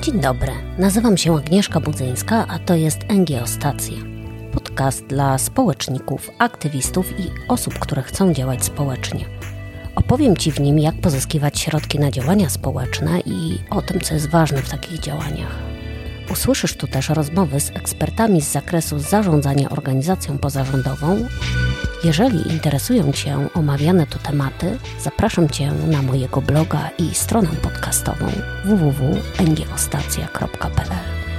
Dzień dobry, nazywam się Agnieszka Budzyńska, a to jest NGO Stacja. Podcast dla społeczników, aktywistów i osób, które chcą działać społecznie. Opowiem Ci w nim, jak pozyskiwać środki na działania społeczne i o tym, co jest ważne w takich działaniach. Usłyszysz tu też rozmowy z ekspertami z zakresu zarządzania organizacją pozarządową. Jeżeli interesują Cię omawiane tu tematy, zapraszam Cię na mojego bloga i stronę podcastową www.ngostacja.pl.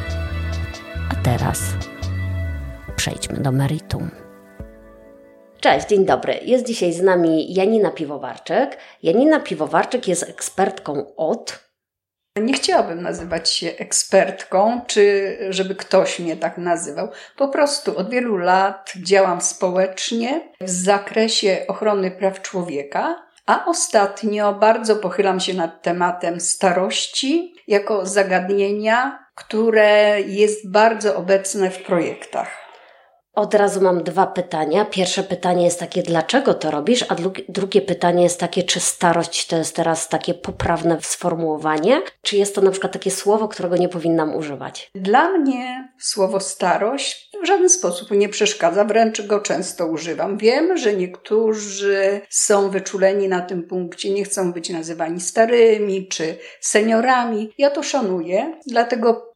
A teraz przejdźmy do meritum. Cześć, dzień dobry. Jest dzisiaj z nami Janina Piwowarczyk. Janina Piwowarczyk jest ekspertką od... Nie chciałabym nazywać się ekspertką, czy żeby ktoś mnie tak nazywał. Po prostu od wielu lat działam społecznie w zakresie ochrony praw człowieka, a ostatnio bardzo pochylam się nad tematem starości jako zagadnienia, które jest bardzo obecne w projektach. Od razu mam dwa pytania. Pierwsze pytanie jest takie, dlaczego to robisz? A drugie pytanie jest takie, czy starość to jest teraz takie poprawne sformułowanie? Czy jest to na przykład takie słowo, którego nie powinnam używać? Dla mnie słowo starość w żaden sposób nie przeszkadza, wręcz go często używam. Wiem, że niektórzy są wyczuleni na tym punkcie, nie chcą być nazywani starymi czy seniorami. Ja to szanuję, dlatego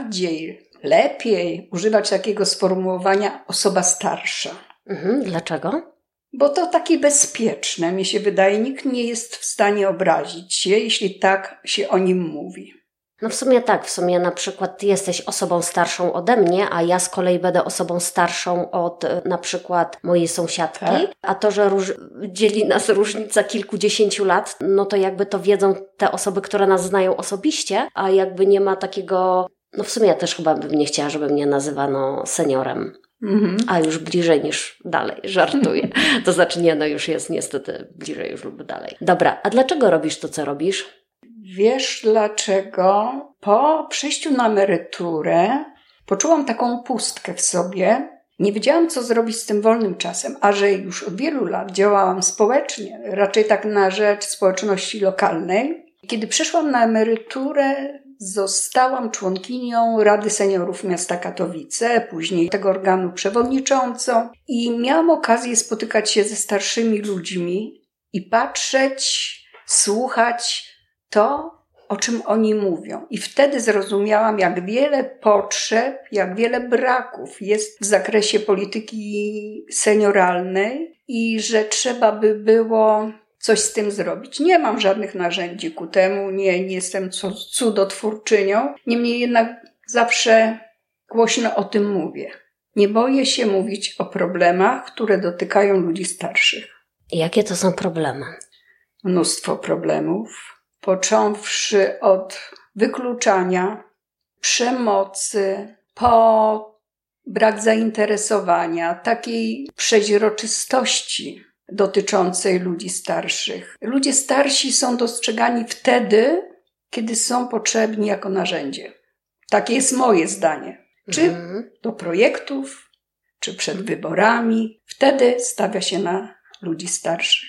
lepiej używać takiego sformułowania osoba starsza. Dlaczego? Bo to takie bezpieczne, mi się wydaje. Nikt nie jest w stanie obrazić się, jeśli tak się o nim mówi. No w sumie tak, na przykład ty jesteś osobą starszą ode mnie, a ja z kolei będę osobą starszą od na przykład mojej sąsiadki, tak. A to, że dzieli nas różnica kilkudziesięciu lat, no to jakby to wiedzą te osoby, które nas znają osobiście, a jakby nie ma takiego... No w sumie ja też chyba bym nie chciała, żeby mnie nazywano seniorem. A już bliżej niż dalej, żartuję. To znaczy nie, no już jest niestety bliżej już lub dalej. Dobra, a dlaczego robisz to, co robisz? Wiesz dlaczego? Po przejściu na emeryturę poczułam taką pustkę w sobie. Nie wiedziałam, co zrobić z tym wolnym czasem, a że już od wielu lat działałam społecznie, raczej tak na rzecz społeczności lokalnej. Kiedy przeszłam na emeryturę, zostałam członkinią Rady Seniorów Miasta Katowice, później tego organu przewodniczącą i miałam okazję spotykać się ze starszymi ludźmi i patrzeć, słuchać to, o czym oni mówią. I wtedy zrozumiałam, jak wiele potrzeb, jak wiele braków jest w zakresie polityki senioralnej i że trzeba by było coś z tym zrobić. Nie mam żadnych narzędzi ku temu, nie jestem cudotwórczynią. Niemniej jednak zawsze głośno o tym mówię. Nie boję się mówić o problemach, które dotykają ludzi starszych. Jakie to są problemy? Mnóstwo problemów, począwszy od wykluczania, przemocy, po brak zainteresowania, takiej przeźroczystości dotyczącej ludzi starszych. Ludzie starsi są dostrzegani wtedy, kiedy są potrzebni jako narzędzie. Takie jest moje zdanie. Czy do projektów, czy przed wyborami. Wtedy stawia się na ludzi starszych.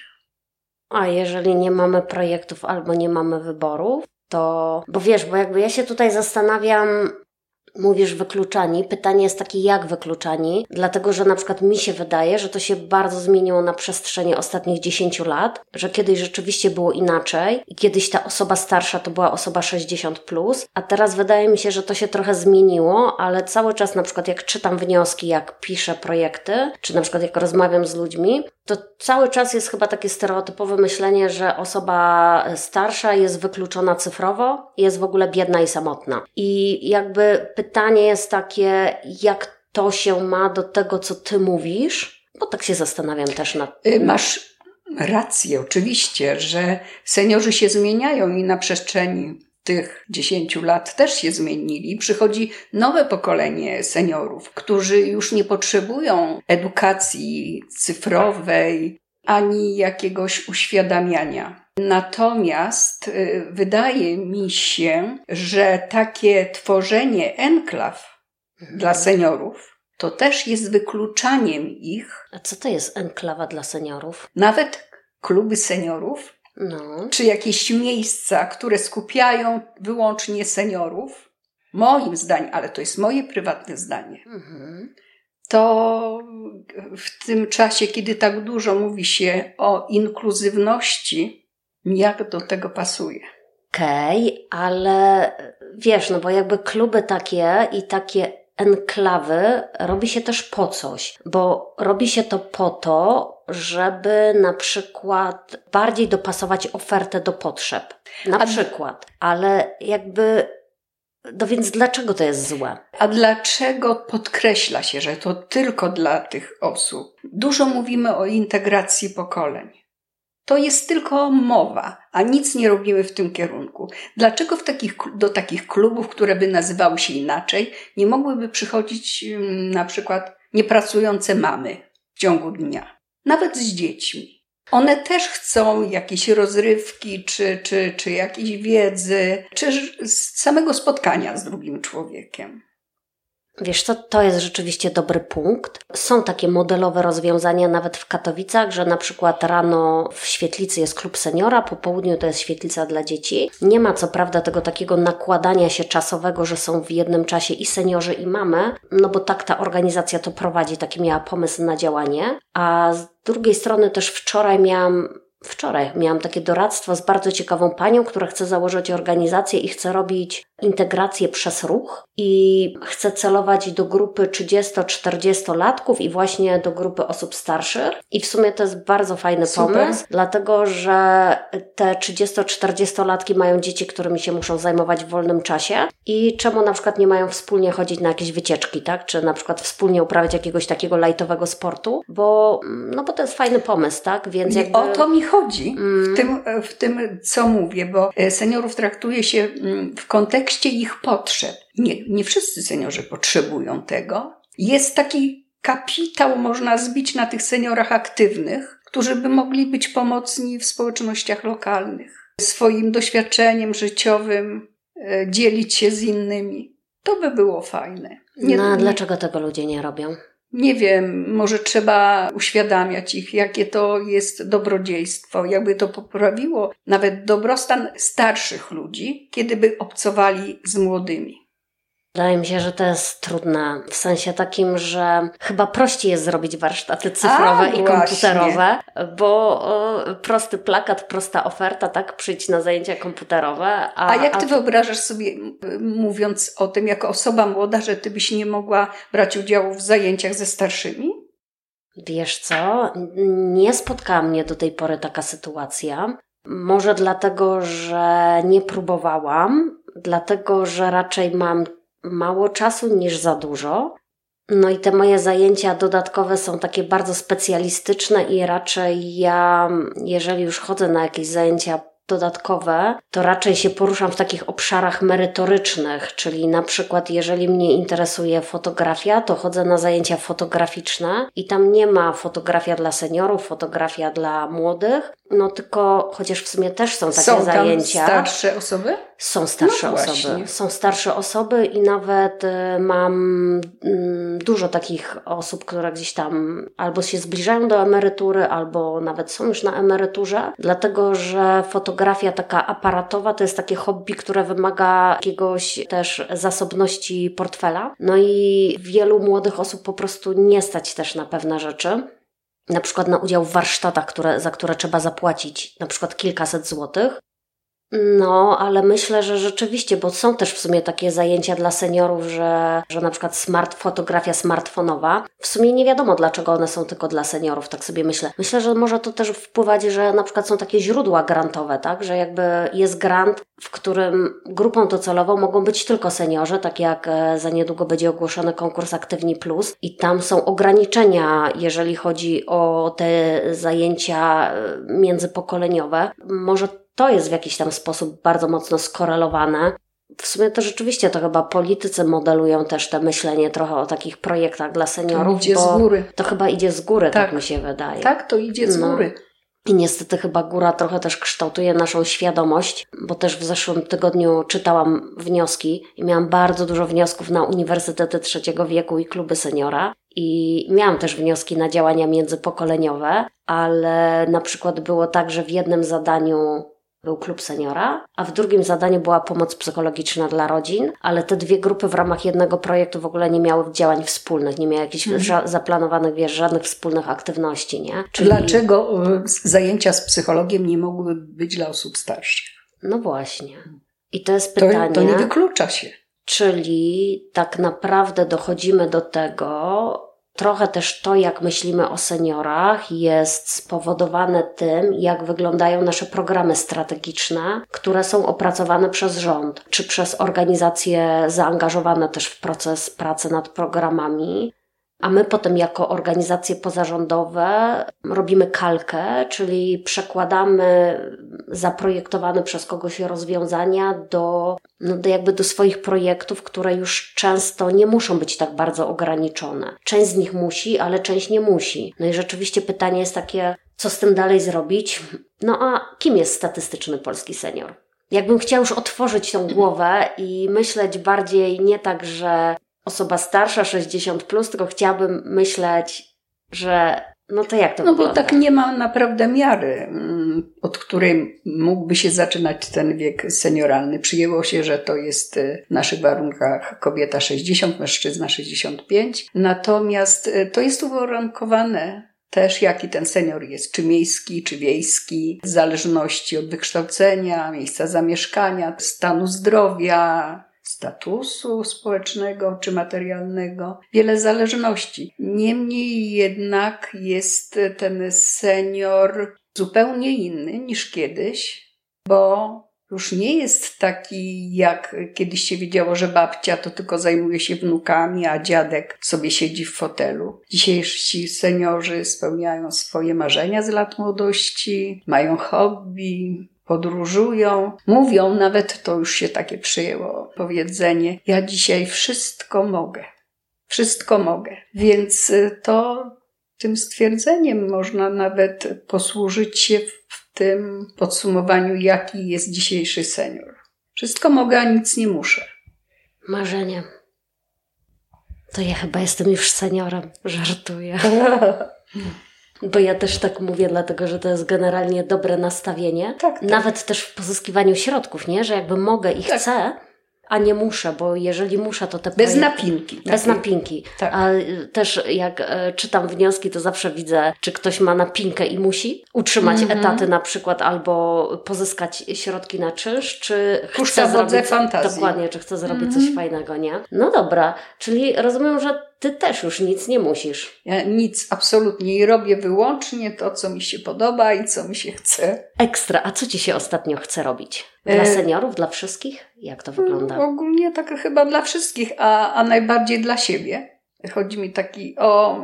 A jeżeli nie mamy projektów albo nie mamy wyborów, to... Bo wiesz, bo jakby ja się tutaj zastanawiam... Mówisz wykluczani. Pytanie jest takie, jak wykluczani? Dlatego, że na przykład mi się wydaje, że to się bardzo zmieniło na przestrzeni ostatnich 10 lat, że kiedyś rzeczywiście było inaczej i kiedyś ta osoba starsza to była osoba 60+, a teraz wydaje mi się, że to się trochę zmieniło, ale cały czas na przykład jak czytam wnioski, jak piszę projekty, czy na przykład jak rozmawiam z ludźmi, to cały czas jest chyba takie stereotypowe myślenie, że osoba starsza jest wykluczona cyfrowo, jest w ogóle biedna i samotna. I jakby pytanie jest takie, jak to się ma do tego, co ty mówisz? Bo tak się zastanawiam też nad tym. Masz rację, oczywiście, że seniorzy się zmieniają i na przestrzeni tych 10 lat też się zmienili. Przychodzi nowe pokolenie seniorów, którzy już nie potrzebują edukacji cyfrowej ani jakiegoś uświadamiania. Natomiast wydaje mi się, że takie tworzenie enklaw dla seniorów to też jest wykluczaniem ich. A co to jest enklawa dla seniorów? Nawet kluby seniorów czy jakieś miejsca, które skupiają wyłącznie seniorów, moim zdaniem, ale to jest moje prywatne zdanie, to w tym czasie, kiedy tak dużo mówi się o inkluzywności, jak do tego pasuje. Okej, ale wiesz, bo jakby kluby takie i takie enklawy robi się też po coś, bo robi się to po to, żeby na przykład bardziej dopasować ofertę do potrzeb. Na przykład, ale jakby... No więc dlaczego to jest złe? A dlaczego podkreśla się, że to tylko dla tych osób? Dużo mówimy o integracji pokoleń. To jest tylko mowa, a nic nie robimy w tym kierunku. Dlaczego do takich klubów, które by nazywały się inaczej, nie mogłyby przychodzić na przykład niepracujące mamy w ciągu dnia? Nawet z dziećmi. One też chcą jakieś rozrywki, czy jakiejś wiedzy, czy samego spotkania z drugim człowiekiem. Wiesz co, to jest rzeczywiście dobry punkt. Są takie modelowe rozwiązania nawet w Katowicach, że na przykład rano w świetlicy jest klub seniora, po południu to jest świetlica dla dzieci. Nie ma co prawda tego takiego nakładania się czasowego, że są w jednym czasie i seniorzy, i mamy, bo tak ta organizacja to prowadzi, taki miała pomysł na działanie. A z drugiej strony też wczoraj miałam takie doradztwo z bardzo ciekawą panią, która chce założyć organizację i chce robić integrację przez ruch i chce celować do grupy 30-40-latków i właśnie do grupy osób starszych. I w sumie to jest bardzo fajny pomysł, dlatego że te 30-40-latki mają dzieci, którymi się muszą zajmować w wolnym czasie i czemu na przykład nie mają wspólnie chodzić na jakieś wycieczki, tak? Czy na przykład wspólnie uprawiać jakiegoś takiego lajtowego sportu, bo to jest fajny pomysł, tak? Więc jakby... O to mi chodzi w tym, co mówię, bo seniorów traktuje się w kontekście ich potrzeb. Nie wszyscy seniorzy potrzebują tego. Jest taki kapitał, można zbić na tych seniorach aktywnych, którzy by mogli być pomocni w społecznościach lokalnych. Swoim doświadczeniem życiowym dzielić się z innymi. To by było fajne. Dlaczego tego ludzie nie robią? Nie wiem, może trzeba uświadamiać ich, jakie to jest dobrodziejstwo, jakby to poprawiło nawet dobrostan starszych ludzi, kiedy by obcowali z młodymi. Wydaje mi się, że to jest trudne, w sensie takim, że chyba prościej jest zrobić warsztaty cyfrowe i komputerowe, bo prosty plakat, prosta oferta, tak, przyjdź na zajęcia komputerowe. A jak ty wyobrażasz sobie, mówiąc o tym jako osoba młoda, że ty byś nie mogła brać udziału w zajęciach ze starszymi? Wiesz co, nie spotkała mnie do tej pory taka sytuacja. Może dlatego, że nie próbowałam, dlatego, że raczej mam mało czasu niż za dużo. No i te moje zajęcia dodatkowe są takie bardzo specjalistyczne i raczej ja, jeżeli już chodzę na jakieś zajęcia dodatkowe, to raczej się poruszam w takich obszarach merytorycznych, czyli na przykład jeżeli mnie interesuje fotografia, to chodzę na zajęcia fotograficzne i tam nie ma fotografia dla seniorów, fotografia dla młodych, tylko chociaż w sumie też są takie zajęcia. Są starsze osoby? Są starsze osoby. Są starsze osoby i nawet mam dużo takich osób, które gdzieś tam albo się zbliżają do emerytury, albo nawet są już na emeryturze, dlatego że fotografia taka aparatowa to jest takie hobby, które wymaga jakiegoś też zasobności portfela. No i wielu młodych osób po prostu nie stać też na pewne rzeczy. Na przykład na udział w warsztatach, za które trzeba zapłacić na przykład kilkaset złotych. No, ale myślę, że rzeczywiście, bo są też w sumie takie zajęcia dla seniorów, że na przykład fotografia smartfonowa. W sumie nie wiadomo, dlaczego one są tylko dla seniorów, tak sobie myślę. Myślę, że może to też wpływać, że na przykład są takie źródła grantowe, tak? Że jakby jest grant, w którym grupą docelową mogą być tylko seniorzy, tak jak za niedługo będzie ogłoszony konkurs Aktywni Plus i tam są ograniczenia, jeżeli chodzi o te zajęcia międzypokoleniowe. Może to jest w jakiś tam sposób bardzo mocno skorelowane. W sumie to rzeczywiście to chyba politycy modelują też te myślenie trochę o takich projektach dla seniorów. To idzie z góry. To chyba idzie z góry, tak mi się wydaje. Tak, to idzie z góry. I niestety chyba góra trochę też kształtuje naszą świadomość, bo też w zeszłym tygodniu czytałam wnioski i miałam bardzo dużo wniosków na uniwersytety trzeciego wieku i kluby seniora. I miałam też wnioski na działania międzypokoleniowe, ale na przykład było tak, że w jednym zadaniu był klub seniora, a w drugim zadaniu była pomoc psychologiczna dla rodzin, ale te dwie grupy w ramach jednego projektu w ogóle nie miały działań wspólnych, nie miały jakichś zaplanowanych, żadnych wspólnych aktywności, nie? Dlaczego zajęcia z psychologiem nie mogły być dla osób starszych? No właśnie. I to jest pytanie... To nie wyklucza się. Czyli tak naprawdę dochodzimy do tego, trochę też to, jak myślimy o seniorach, jest spowodowane tym, jak wyglądają nasze programy strategiczne, które są opracowane przez rząd, czy przez organizacje zaangażowane też w proces pracy nad programami. A my potem jako organizacje pozarządowe robimy kalkę, czyli przekładamy zaprojektowane przez kogoś rozwiązania do swoich projektów, które już często nie muszą być tak bardzo ograniczone. Część z nich musi, ale część nie musi. No i rzeczywiście pytanie jest takie, co z tym dalej zrobić? No a kim jest statystyczny polski senior? Jakbym chciała już otworzyć tą głowę i myśleć bardziej nie tak, że osoba starsza, 60+, tylko chciałabym myśleć, że no to jak to wygląda? No bo tak nie ma naprawdę miary, od której mógłby się zaczynać ten wiek senioralny. Przyjęło się, że to jest w naszych warunkach kobieta 60, mężczyzna 65. Natomiast to jest uwarunkowane też, jaki ten senior jest, czy miejski, czy wiejski, w zależności od wykształcenia, miejsca zamieszkania, stanu zdrowia, statusu społecznego czy materialnego, wiele zależności. Niemniej jednak jest ten senior zupełnie inny niż kiedyś, bo już nie jest taki, jak kiedyś się wiedziało, że babcia to tylko zajmuje się wnukami, a dziadek sobie siedzi w fotelu. Dzisiejsi seniorzy spełniają swoje marzenia z lat młodości, mają hobby, podróżują, mówią, nawet to już się takie przyjęło powiedzenie, ja dzisiaj wszystko mogę. Wszystko mogę. Więc to tym stwierdzeniem można nawet posłużyć się w tym podsumowaniu, jaki jest dzisiejszy senior. Wszystko mogę, a nic nie muszę. Marzenie. To ja chyba jestem już seniorem. Żartuję. Bo ja też tak mówię, dlatego że to jest generalnie dobre nastawienie. Tak. Nawet też w pozyskiwaniu środków, nie? Że jakby mogę i chcę, a nie muszę, bo jeżeli muszę, to te bez napinki. Bez napinki. Tak. A też jak czytam wnioski, to zawsze widzę, czy ktoś ma napinkę i musi utrzymać etaty na przykład, albo pozyskać środki na czynsz, czy chce zrobić fantazji. Dokładnie, czy chce zrobić coś fajnego, nie? No dobra, czyli rozumiem, że ty też już nic nie musisz. Ja nic absolutnie i robię wyłącznie to, co mi się podoba i co mi się chce. Ekstra. A co ci się ostatnio chce robić? Dla seniorów? Dla wszystkich? Jak to wygląda? Ogólnie tak chyba dla wszystkich, a najbardziej dla siebie. Chodzi mi taki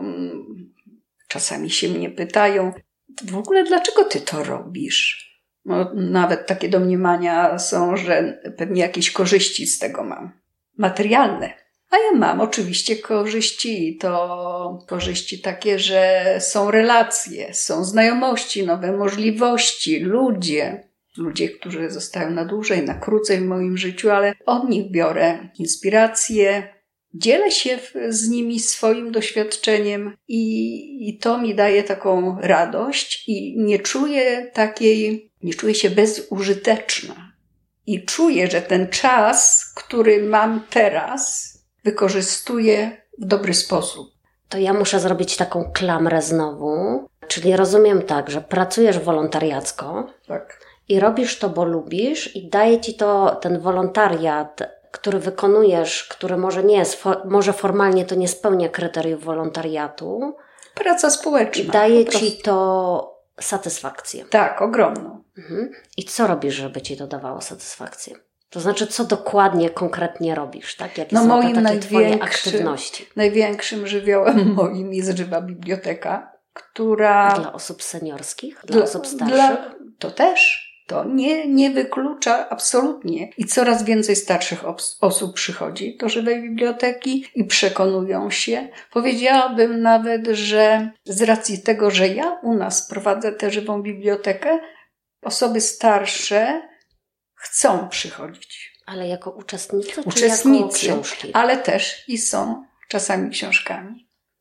czasami się mnie pytają, w ogóle dlaczego ty to robisz? No, nawet takie domniemania są, że pewnie jakieś korzyści z tego mam. Materialne. A ja mam oczywiście korzyści i to korzyści takie, że są relacje, są znajomości, nowe możliwości, ludzie, którzy zostają na dłużej, na krócej w moim życiu, ale od nich biorę inspirację, dzielę się z nimi swoim doświadczeniem i to mi daje taką radość i nie czuję się bezużyteczna. I czuję, że ten czas, który mam teraz, wykorzystuję w dobry sposób. To ja muszę zrobić taką klamrę znowu. Czyli rozumiem tak, że pracujesz wolontariacko. Tak. I robisz to, bo lubisz i daje ci to ten wolontariat, który wykonujesz, który może nie jest, może formalnie to nie spełnia kryteriów wolontariatu. Praca społeczna. I daje ci to satysfakcję. Tak, ogromną. I co robisz, żeby ci to dawało satysfakcję? To znaczy, co dokładnie, konkretnie robisz, tak? Jakie są te takie twoje aktywności? Największym żywiołem moim jest żywa biblioteka, która... Dla osób seniorskich? Dla osób starszych? To też. To nie wyklucza absolutnie. I coraz więcej starszych osób przychodzi do żywej biblioteki i przekonują się. Powiedziałabym nawet, że z racji tego, że ja u nas prowadzę tę żywą bibliotekę, osoby starsze chcą przychodzić. Ale jako uczestnicy? Uczestnicy, czy jako książki? Ale też i są czasami książkami.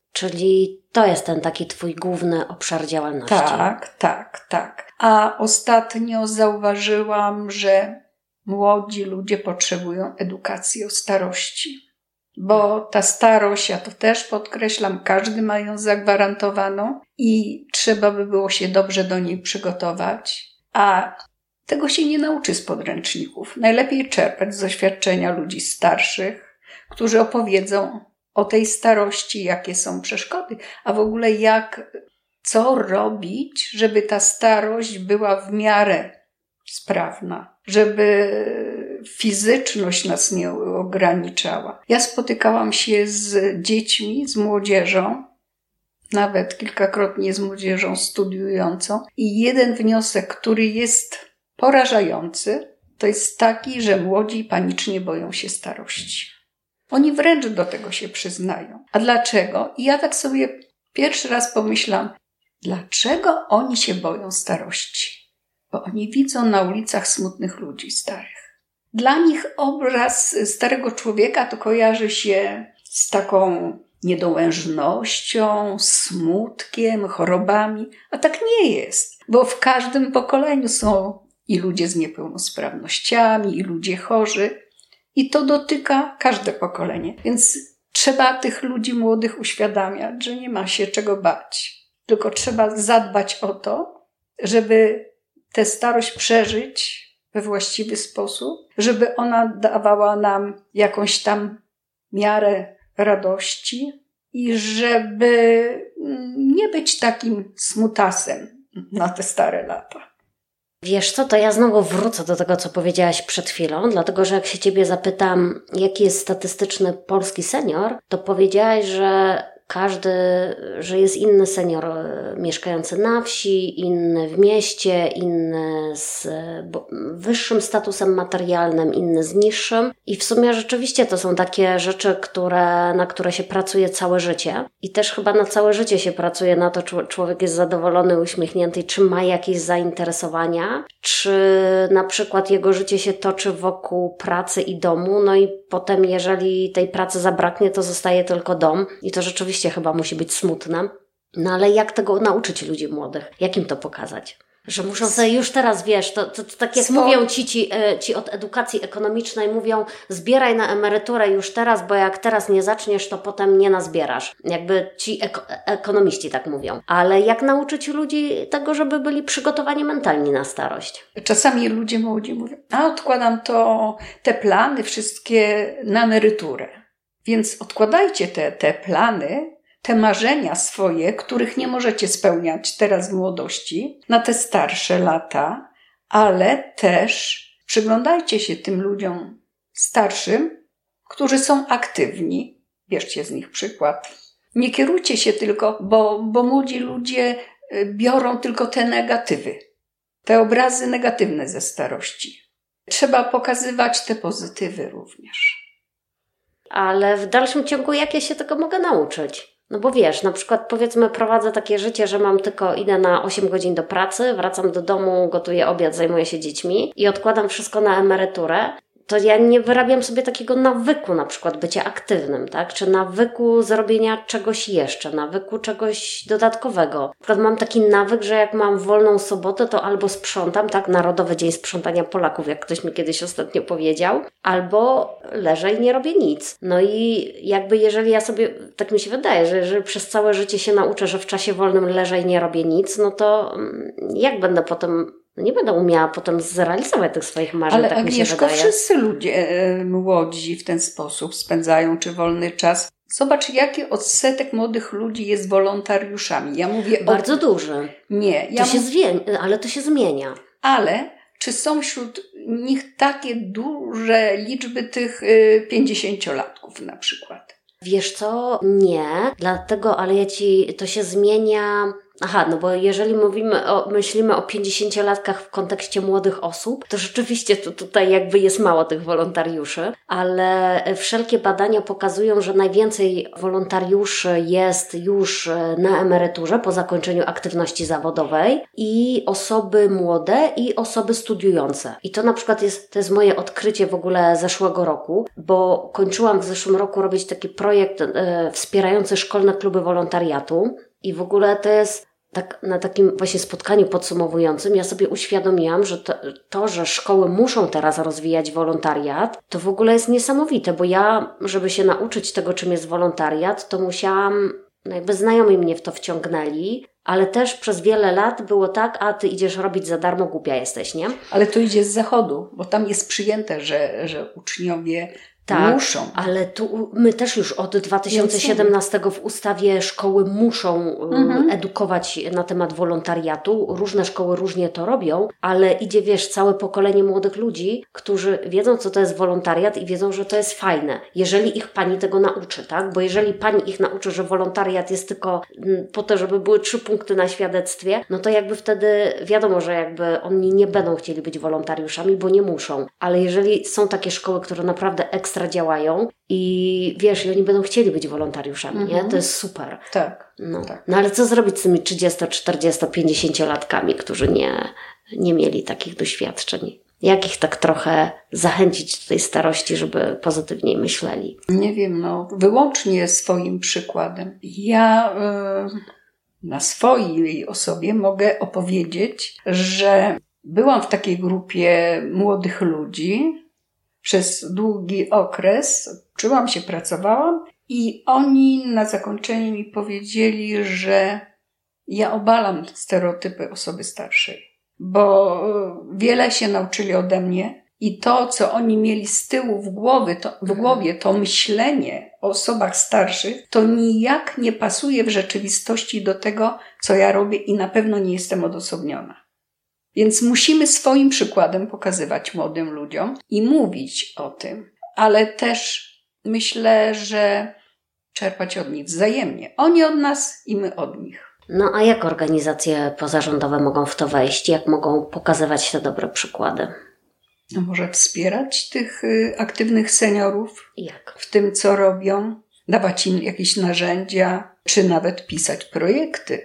Czyli to jest ten taki twój główny obszar działalności. Tak. A ostatnio zauważyłam, że młodzi ludzie potrzebują edukacji o starości. Bo ta starość, ja to też podkreślam, każdy ma ją zagwarantowaną i trzeba by było się dobrze do niej przygotować. A tego się nie nauczy z podręczników. Najlepiej czerpać z doświadczenia ludzi starszych, którzy opowiedzą o tej starości, jakie są przeszkody, a w ogóle co robić, żeby ta starość była w miarę sprawna, żeby fizyczność nas nie ograniczała. Ja spotykałam się z dziećmi, z młodzieżą, nawet kilkakrotnie z młodzieżą studiującą i jeden wniosek, który jest porażający, to jest taki, że młodzi panicznie boją się starości. Oni wręcz do tego się przyznają. A dlaczego? I ja tak sobie pierwszy raz pomyślałam, dlaczego oni się boją starości? Bo oni widzą na ulicach smutnych ludzi starych. Dla nich obraz starego człowieka to kojarzy się z taką niedołężnością, smutkiem, chorobami, a tak nie jest, bo w każdym pokoleniu są i ludzie z niepełnosprawnościami, i ludzie chorzy i to dotyka każde pokolenie, więc trzeba tych ludzi młodych uświadamiać, że nie ma się czego bać, tylko trzeba zadbać o to, żeby tę starość przeżyć we właściwy sposób, żeby ona dawała nam jakąś tam miarę radości i żeby nie być takim smutasem na te stare lata. Wiesz co, to ja znowu wrócę do tego, co powiedziałaś przed chwilą, dlatego że jak się ciebie zapytam, jaki jest statystyczny polski senior, to powiedziałaś, że jest inny senior mieszkający na wsi, inny w mieście, inny z wyższym statusem materialnym, inny z niższym. I w sumie rzeczywiście to są takie rzeczy, na które się pracuje całe życie. I też chyba na całe życie się pracuje na to, czy człowiek jest zadowolony, uśmiechnięty, czy ma jakieś zainteresowania, czy na przykład jego życie się toczy wokół pracy i domu, no i potem jeżeli tej pracy zabraknie, to zostaje tylko dom i to rzeczywiście chyba musi być smutne. No ale jak tego nauczyć ludzi młodych? Jak im to pokazać? Że muszą sobie już teraz, wiesz, to tak jak mówią ci od edukacji ekonomicznej, mówią zbieraj na emeryturę już teraz, bo jak teraz nie zaczniesz, to potem nie nazbierasz. Jakby ci ekonomiści tak mówią. Ale jak nauczyć ludzi tego, żeby byli przygotowani mentalnie na starość? Czasami ludzie młodzi mówią, odkładam te plany wszystkie na emeryturę. Więc odkładajcie te plany, te marzenia swoje, których nie możecie spełniać teraz w młodości, na te starsze lata, ale też przyglądajcie się tym ludziom starszym, którzy są aktywni. Bierzcie z nich przykład. Nie kierujcie się tylko, bo młodzi ludzie biorą tylko te negatywy, te obrazy negatywne ze starości. Trzeba pokazywać te pozytywy również. Ale w dalszym ciągu jak ja się tego mogę nauczyć? No bo wiesz, na przykład powiedzmy prowadzę takie życie, że idę na 8 godzin do pracy, wracam do domu, gotuję obiad, zajmuję się dziećmi i odkładam wszystko na emeryturę. To ja nie wyrabiam sobie takiego nawyku na przykład bycia aktywnym, tak? Czy nawyku zrobienia czegoś jeszcze, nawyku czegoś dodatkowego. Na przykład mam taki nawyk, że jak mam wolną sobotę, to albo sprzątam, tak? Narodowy Dzień Sprzątania Polaków, jak ktoś mi kiedyś ostatnio powiedział, albo leżę i nie robię nic. No i jakby jeżeli ja sobie, tak mi się wydaje, że jeżeli przez całe życie się nauczę, że w czasie wolnym leżę i nie robię nic, no to jak będę potem... nie będę umiała potem zrealizować tych swoich marzeń, ale tak mi się Agnieszko, wydaje. Wszyscy ludzie młodzi w ten sposób spędzają czy wolny czas. Zobacz, jaki odsetek młodych ludzi jest wolontariuszami. Ja mówię bardzo duży. Nie. Ale to się zmienia. Ale czy są wśród nich takie duże liczby tych 50-latków na przykład? Wiesz co? Nie. Dlatego, ale to się zmienia... Aha, no bo jeżeli myślimy o 50-latkach w kontekście młodych osób, to rzeczywiście tutaj jakby jest mało tych wolontariuszy, ale wszelkie badania pokazują, że najwięcej wolontariuszy jest już na emeryturze po zakończeniu aktywności zawodowej i osoby młode i osoby studiujące. I to na przykład to jest moje odkrycie w ogóle zeszłego roku, bo kończyłam w zeszłym roku robić taki projekt wspierający szkolne kluby wolontariatu i w ogóle to jest tak na takim właśnie spotkaniu podsumowującym ja sobie uświadomiłam, że to, że szkoły muszą teraz rozwijać wolontariat, to w ogóle jest niesamowite, bo ja, żeby się nauczyć tego, czym jest wolontariat, to musiałam, jakby znajomi mnie w to wciągnęli, ale też przez wiele lat było tak, a ty idziesz robić za darmo, głupia jesteś, nie? Ale to idzie z zachodu, bo tam jest przyjęte, że uczniowie muszą. Ale tu my też już od 2017 w ustawie szkoły muszą edukować na temat wolontariatu. Różne szkoły różnie to robią, ale idzie, wiesz, całe pokolenie młodych ludzi, którzy wiedzą, co to jest wolontariat i wiedzą, że to jest fajne. Jeżeli ich pani tego nauczy, tak? Bo jeżeli pani ich nauczy, że wolontariat jest tylko po to, żeby były 3 punkty na świadectwie, no to jakby wtedy wiadomo, że jakby oni nie będą chcieli być wolontariuszami, bo nie muszą. Ale jeżeli są takie szkoły, które naprawdę ekstra działają i wiesz, i oni będą chcieli być wolontariuszami, nie? To jest super. Tak. No ale co zrobić z tymi 30, 40, 50-latkami, którzy nie mieli takich doświadczeń? Jak ich tak trochę zachęcić do tej starości, żeby pozytywniej myśleli? Nie wiem, wyłącznie swoim przykładem. Ja na swojej osobie mogę opowiedzieć, że byłam w takiej grupie młodych ludzi, przez długi okres uczyłam się, pracowałam i oni na zakończenie mi powiedzieli, że ja obalam stereotypy osoby starszej, bo wiele się nauczyli ode mnie i to, co oni mieli z tyłu w głowie, to myślenie o osobach starszych, to nijak nie pasuje w rzeczywistości do tego, co ja robię i na pewno nie jestem odosobniona. Więc musimy swoim przykładem pokazywać młodym ludziom i mówić o tym, ale też myślę, że czerpać od nich wzajemnie. Oni od nas i my od nich. No a jak organizacje pozarządowe mogą w to wejść? Jak mogą pokazywać te dobre przykłady? No może wspierać tych aktywnych seniorów Jak? w tym, co robią, dawać im jakieś narzędzia, czy nawet pisać projekty.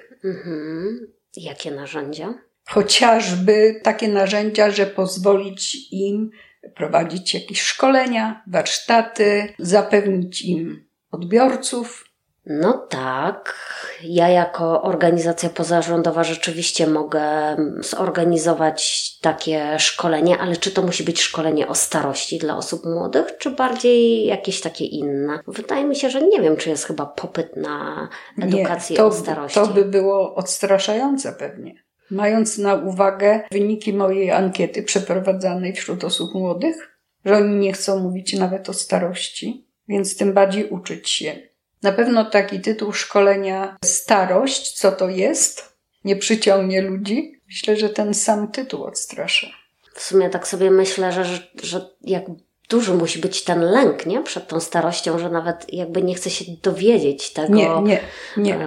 Jakie narzędzia? Chociażby takie narzędzia, że pozwolić im prowadzić jakieś szkolenia, warsztaty, zapewnić im odbiorców. No tak, ja jako organizacja pozarządowa rzeczywiście mogę zorganizować takie szkolenie, ale czy to musi być szkolenie o starości dla osób młodych, czy bardziej jakieś takie inne? Wydaje mi się, że nie wiem, czy jest chyba popyt na edukację o starości. To by było odstraszające pewnie. Mając na uwagę wyniki mojej ankiety przeprowadzanej wśród osób młodych, że oni nie chcą mówić nawet o starości, więc tym bardziej uczyć się. Na pewno taki tytuł szkolenia starość, co to jest, nie przyciągnie ludzi. Myślę, że ten sam tytuł odstrasza. W sumie tak sobie myślę, że jak duży musi być ten lęk, nie? Przed tą starością, że nawet jakby nie chce się dowiedzieć tego, nie.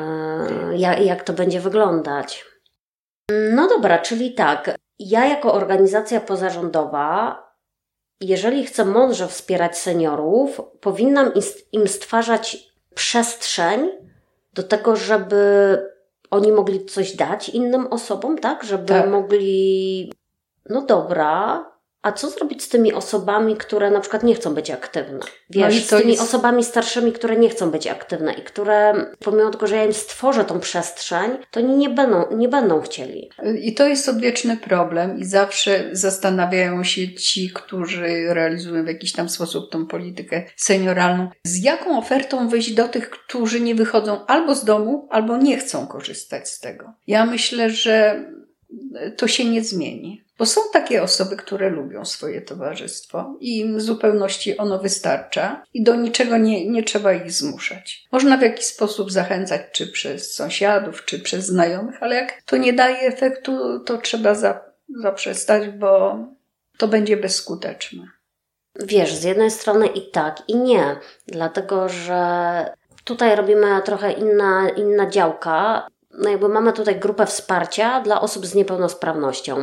Jak to będzie wyglądać. No dobra, czyli tak, ja jako organizacja pozarządowa, jeżeli chcę mądrze wspierać seniorów, powinnam im stwarzać przestrzeń do tego, żeby oni mogli coś dać innym osobom, tak? Żeby mogli, no dobra, a co zrobić z tymi osobami, które na przykład nie chcą być aktywne? Wiesz, z tymi osobami starszymi, które nie chcą być aktywne i które, pomimo tego, że ja im stworzę tą przestrzeń, to oni nie będą chcieli. I to jest odwieczny problem i zawsze zastanawiają się ci, którzy realizują w jakiś tam sposób tą politykę senioralną, z jaką ofertą wyjść do tych, którzy nie wychodzą albo z domu, albo nie chcą korzystać z tego. Ja myślę, że to się nie zmieni. Bo są takie osoby, które lubią swoje towarzystwo i im w zupełności ono wystarcza i do niczego nie trzeba ich zmuszać. Można w jakiś sposób zachęcać, czy przez sąsiadów, czy przez znajomych, ale jak to nie daje efektu, to trzeba zaprzestać, bo to będzie bezskuteczne. Wiesz, z jednej strony i tak, i nie. Dlatego, że tutaj robimy trochę inna działka. no jakby mamy tutaj grupę wsparcia dla osób z niepełnosprawnością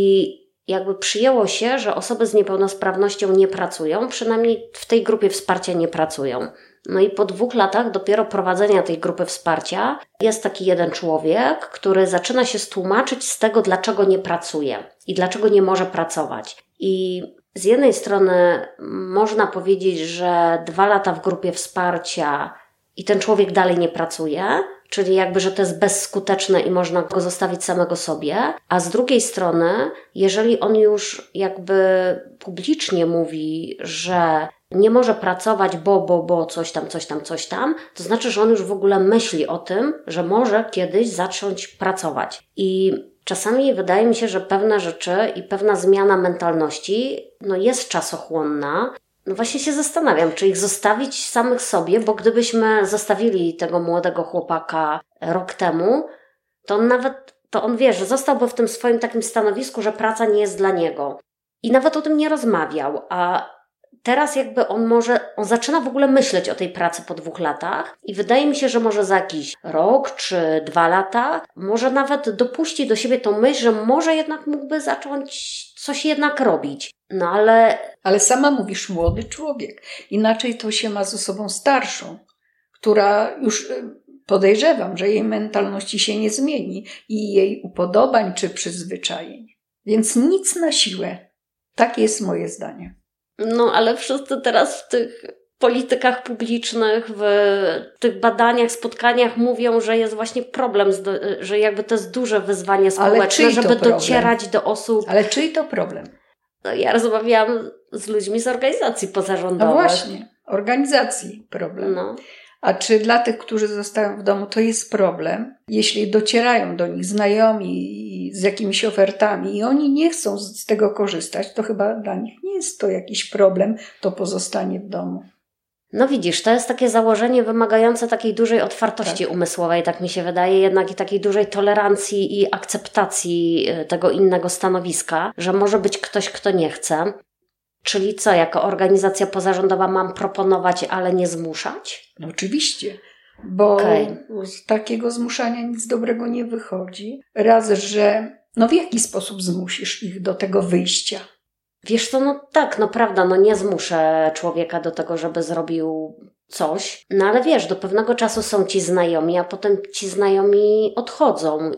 i jakby przyjęło się, że osoby z niepełnosprawnością nie pracują, przynajmniej w tej grupie wsparcia nie pracują. No i po 2 latach dopiero prowadzenia tej grupy wsparcia jest taki jeden człowiek, który zaczyna się tłumaczyć z tego, dlaczego nie pracuje i dlaczego nie może pracować. I z jednej strony można powiedzieć, że 2 lata w grupie wsparcia i ten człowiek dalej nie pracuje, czyli jakby, że to jest bezskuteczne i można go zostawić samego sobie, a z drugiej strony, jeżeli on już jakby publicznie mówi, że nie może pracować, bo coś tam, to znaczy, że on już w ogóle myśli o tym, że może kiedyś zacząć pracować. I czasami wydaje mi się, że pewne rzeczy i pewna zmiana mentalności jest czasochłonna. No właśnie się zastanawiam, czy ich zostawić samych sobie, bo gdybyśmy zostawili tego młodego chłopaka rok temu, to on wie, że zostałby w tym swoim takim stanowisku, że praca nie jest dla niego. I nawet o tym nie rozmawiał, a teraz jakby on zaczyna w ogóle myśleć o tej pracy po 2 latach i wydaje mi się, że może za jakiś rok czy 2 lata może nawet dopuści do siebie tą myśl, że może jednak mógłby zacząć coś jednak robić. No ale... Ale sama mówisz młody człowiek. Inaczej to się ma z osobą starszą, która już podejrzewam, że jej mentalności się nie zmieni i jej upodobań czy przyzwyczajeń. Więc nic na siłę. Takie jest moje zdanie. No ale wszyscy teraz w tych politykach publicznych, w tych badaniach, spotkaniach mówią, że jest właśnie problem, że jakby to jest duże wyzwanie społeczne, żeby docierać do osób. Ale czyj to problem? No, ja rozmawiałam z ludźmi z organizacji pozarządowych. No właśnie, organizacji problem. No. A czy dla tych, którzy zostają w domu, to jest problem? Jeśli docierają do nich znajomi z jakimiś ofertami i oni nie chcą z tego korzystać, to chyba dla nich nie jest to jakiś problem, to pozostanie w domu. No widzisz, to jest takie założenie wymagające takiej dużej otwartości umysłowej, tak mi się wydaje, jednak i takiej dużej tolerancji i akceptacji tego innego stanowiska, że może być ktoś, kto nie chce. Czyli co, jako organizacja pozarządowa mam proponować, ale nie zmuszać? No oczywiście, bo z takiego zmuszania nic dobrego nie wychodzi. Raz, że w jaki sposób zmusisz ich do tego wyjścia? Wiesz co, prawda, nie zmuszę człowieka do tego, żeby zrobił coś, ale wiesz, do pewnego czasu są ci znajomi, a potem ci znajomi odchodzą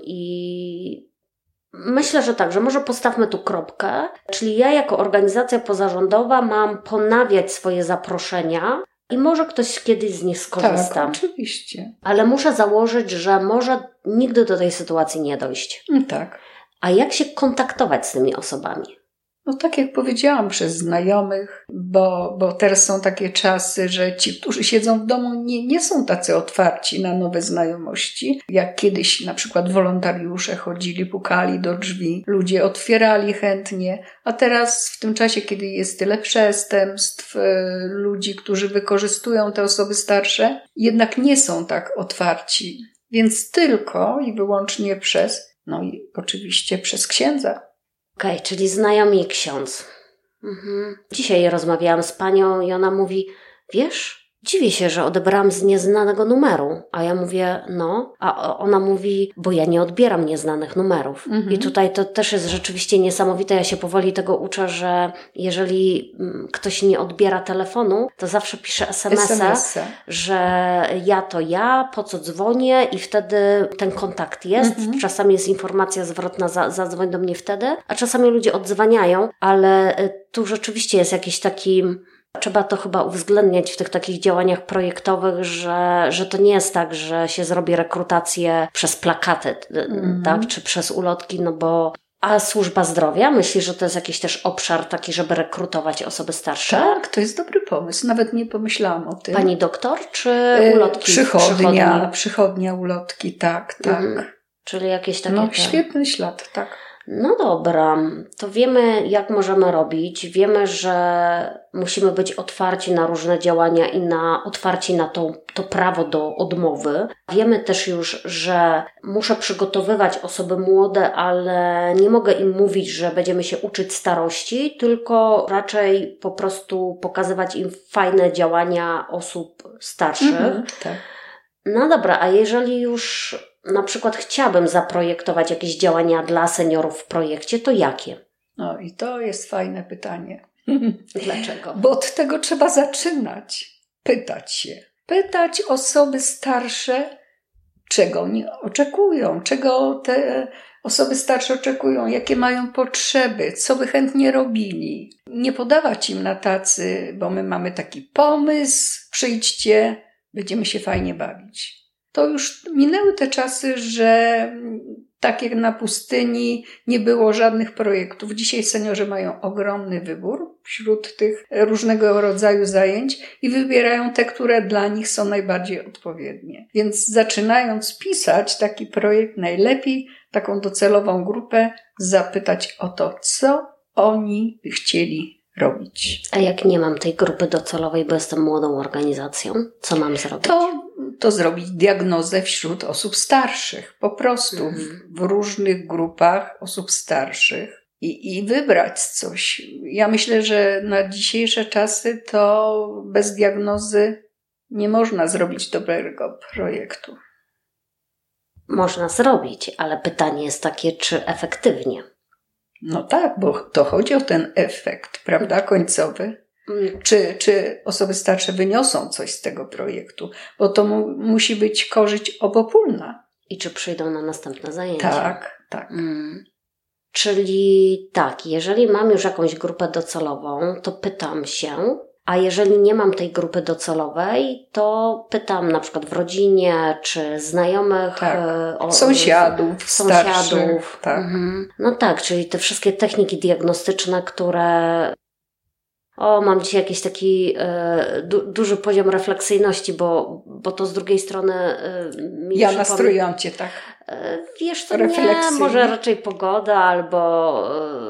i myślę, że tak, że może postawmy tu kropkę, czyli ja jako organizacja pozarządowa mam ponawiać swoje zaproszenia i może ktoś kiedyś z nich skorzysta. Tak, oczywiście. Ale muszę założyć, że może nigdy do tej sytuacji nie dojść. Tak. A jak się kontaktować z tymi osobami? No tak jak powiedziałam, przez znajomych, bo teraz są takie czasy, że ci, którzy siedzą w domu, nie są tacy otwarci na nowe znajomości. Jak kiedyś na przykład wolontariusze chodzili, pukali do drzwi, ludzie otwierali chętnie, a teraz w tym czasie, kiedy jest tyle przestępstw, ludzi, którzy wykorzystują te osoby starsze, jednak nie są tak otwarci. Więc tylko i wyłącznie i oczywiście przez księdza. Okej, czyli znajomi i ksiądz. Dzisiaj rozmawiałam z panią i ona mówi, wiesz, dziwię się, że odebrałam z nieznanego numeru. A ja mówię, a ona mówi, bo ja nie odbieram nieznanych numerów. I tutaj to też jest rzeczywiście niesamowite. Ja się powoli tego uczę, że jeżeli ktoś nie odbiera telefonu, to zawsze pisze SMS-a, że ja to ja, po co dzwonię i wtedy ten kontakt jest. Czasami jest informacja zwrotna, zadzwoń do mnie wtedy, a czasami ludzie odzwaniają, ale tu rzeczywiście jest jakiś taki... Trzeba to chyba uwzględniać w tych takich działaniach projektowych, że to nie jest tak, że się zrobi rekrutację przez plakaty, tak, czy przez ulotki, A służba zdrowia? Myślisz, że to jest jakiś też obszar taki, żeby rekrutować osoby starsze? Tak, to jest dobry pomysł. Nawet nie pomyślałam o tym. Pani doktor, czy ulotki? Przychodnia, ulotki, tak. Czyli jakieś takie... świetny ślad, tak. No dobra, to wiemy, jak możemy robić. Wiemy, że musimy być otwarci na różne działania i otwarci na to prawo do odmowy. Wiemy też już, że muszę przygotowywać osoby młode, ale nie mogę im mówić, że będziemy się uczyć starości, tylko raczej po prostu pokazywać im fajne działania osób starszych. Tak. No dobra, a jeżeli już na przykład chciałabym zaprojektować jakieś działania dla seniorów w projekcie, to jakie? No i to jest fajne pytanie. Dlaczego? Bo od tego trzeba zaczynać. Pytać się. Pytać osoby starsze, czego oni oczekują, czego te osoby starsze oczekują, jakie mają potrzeby, co by chętnie robili. Nie podawać im na tacy, bo my mamy taki pomysł, przyjdźcie, będziemy się fajnie bawić. To już minęły te czasy, że tak jak na pustyni nie było żadnych projektów. Dzisiaj seniorzy mają ogromny wybór wśród tych różnego rodzaju zajęć i wybierają te, które dla nich są najbardziej odpowiednie. Więc zaczynając pisać taki projekt, najlepiej taką docelową grupę zapytać o to, co oni by chcieli robić. A jak nie mam tej grupy docelowej, bo jestem młodą organizacją, co mam zrobić? To zrobić diagnozę wśród osób starszych. Po prostu w różnych grupach osób starszych i wybrać coś. Ja myślę, że na dzisiejsze czasy to bez diagnozy nie można zrobić dobrego projektu. Można zrobić, ale pytanie jest takie, czy efektywnie? No tak, bo to chodzi o ten efekt, prawda, końcowy. Czy osoby starsze wyniosą coś z tego projektu, bo to musi być korzyść obopólna. I czy przyjdą na następne zajęcia. Tak. Czyli tak, jeżeli mam już jakąś grupę docelową, to pytam się, a jeżeli nie mam tej grupy docelowej, to pytam na przykład w rodzinie, czy znajomych, sąsiadów, starszych. Tak. No tak, czyli te wszystkie techniki diagnostyczne, które... mam dzisiaj jakiś taki duży poziom refleksyjności, bo to z drugiej strony mi ja nastrojam cię tak. Wiesz co, nie, może raczej pogoda albo...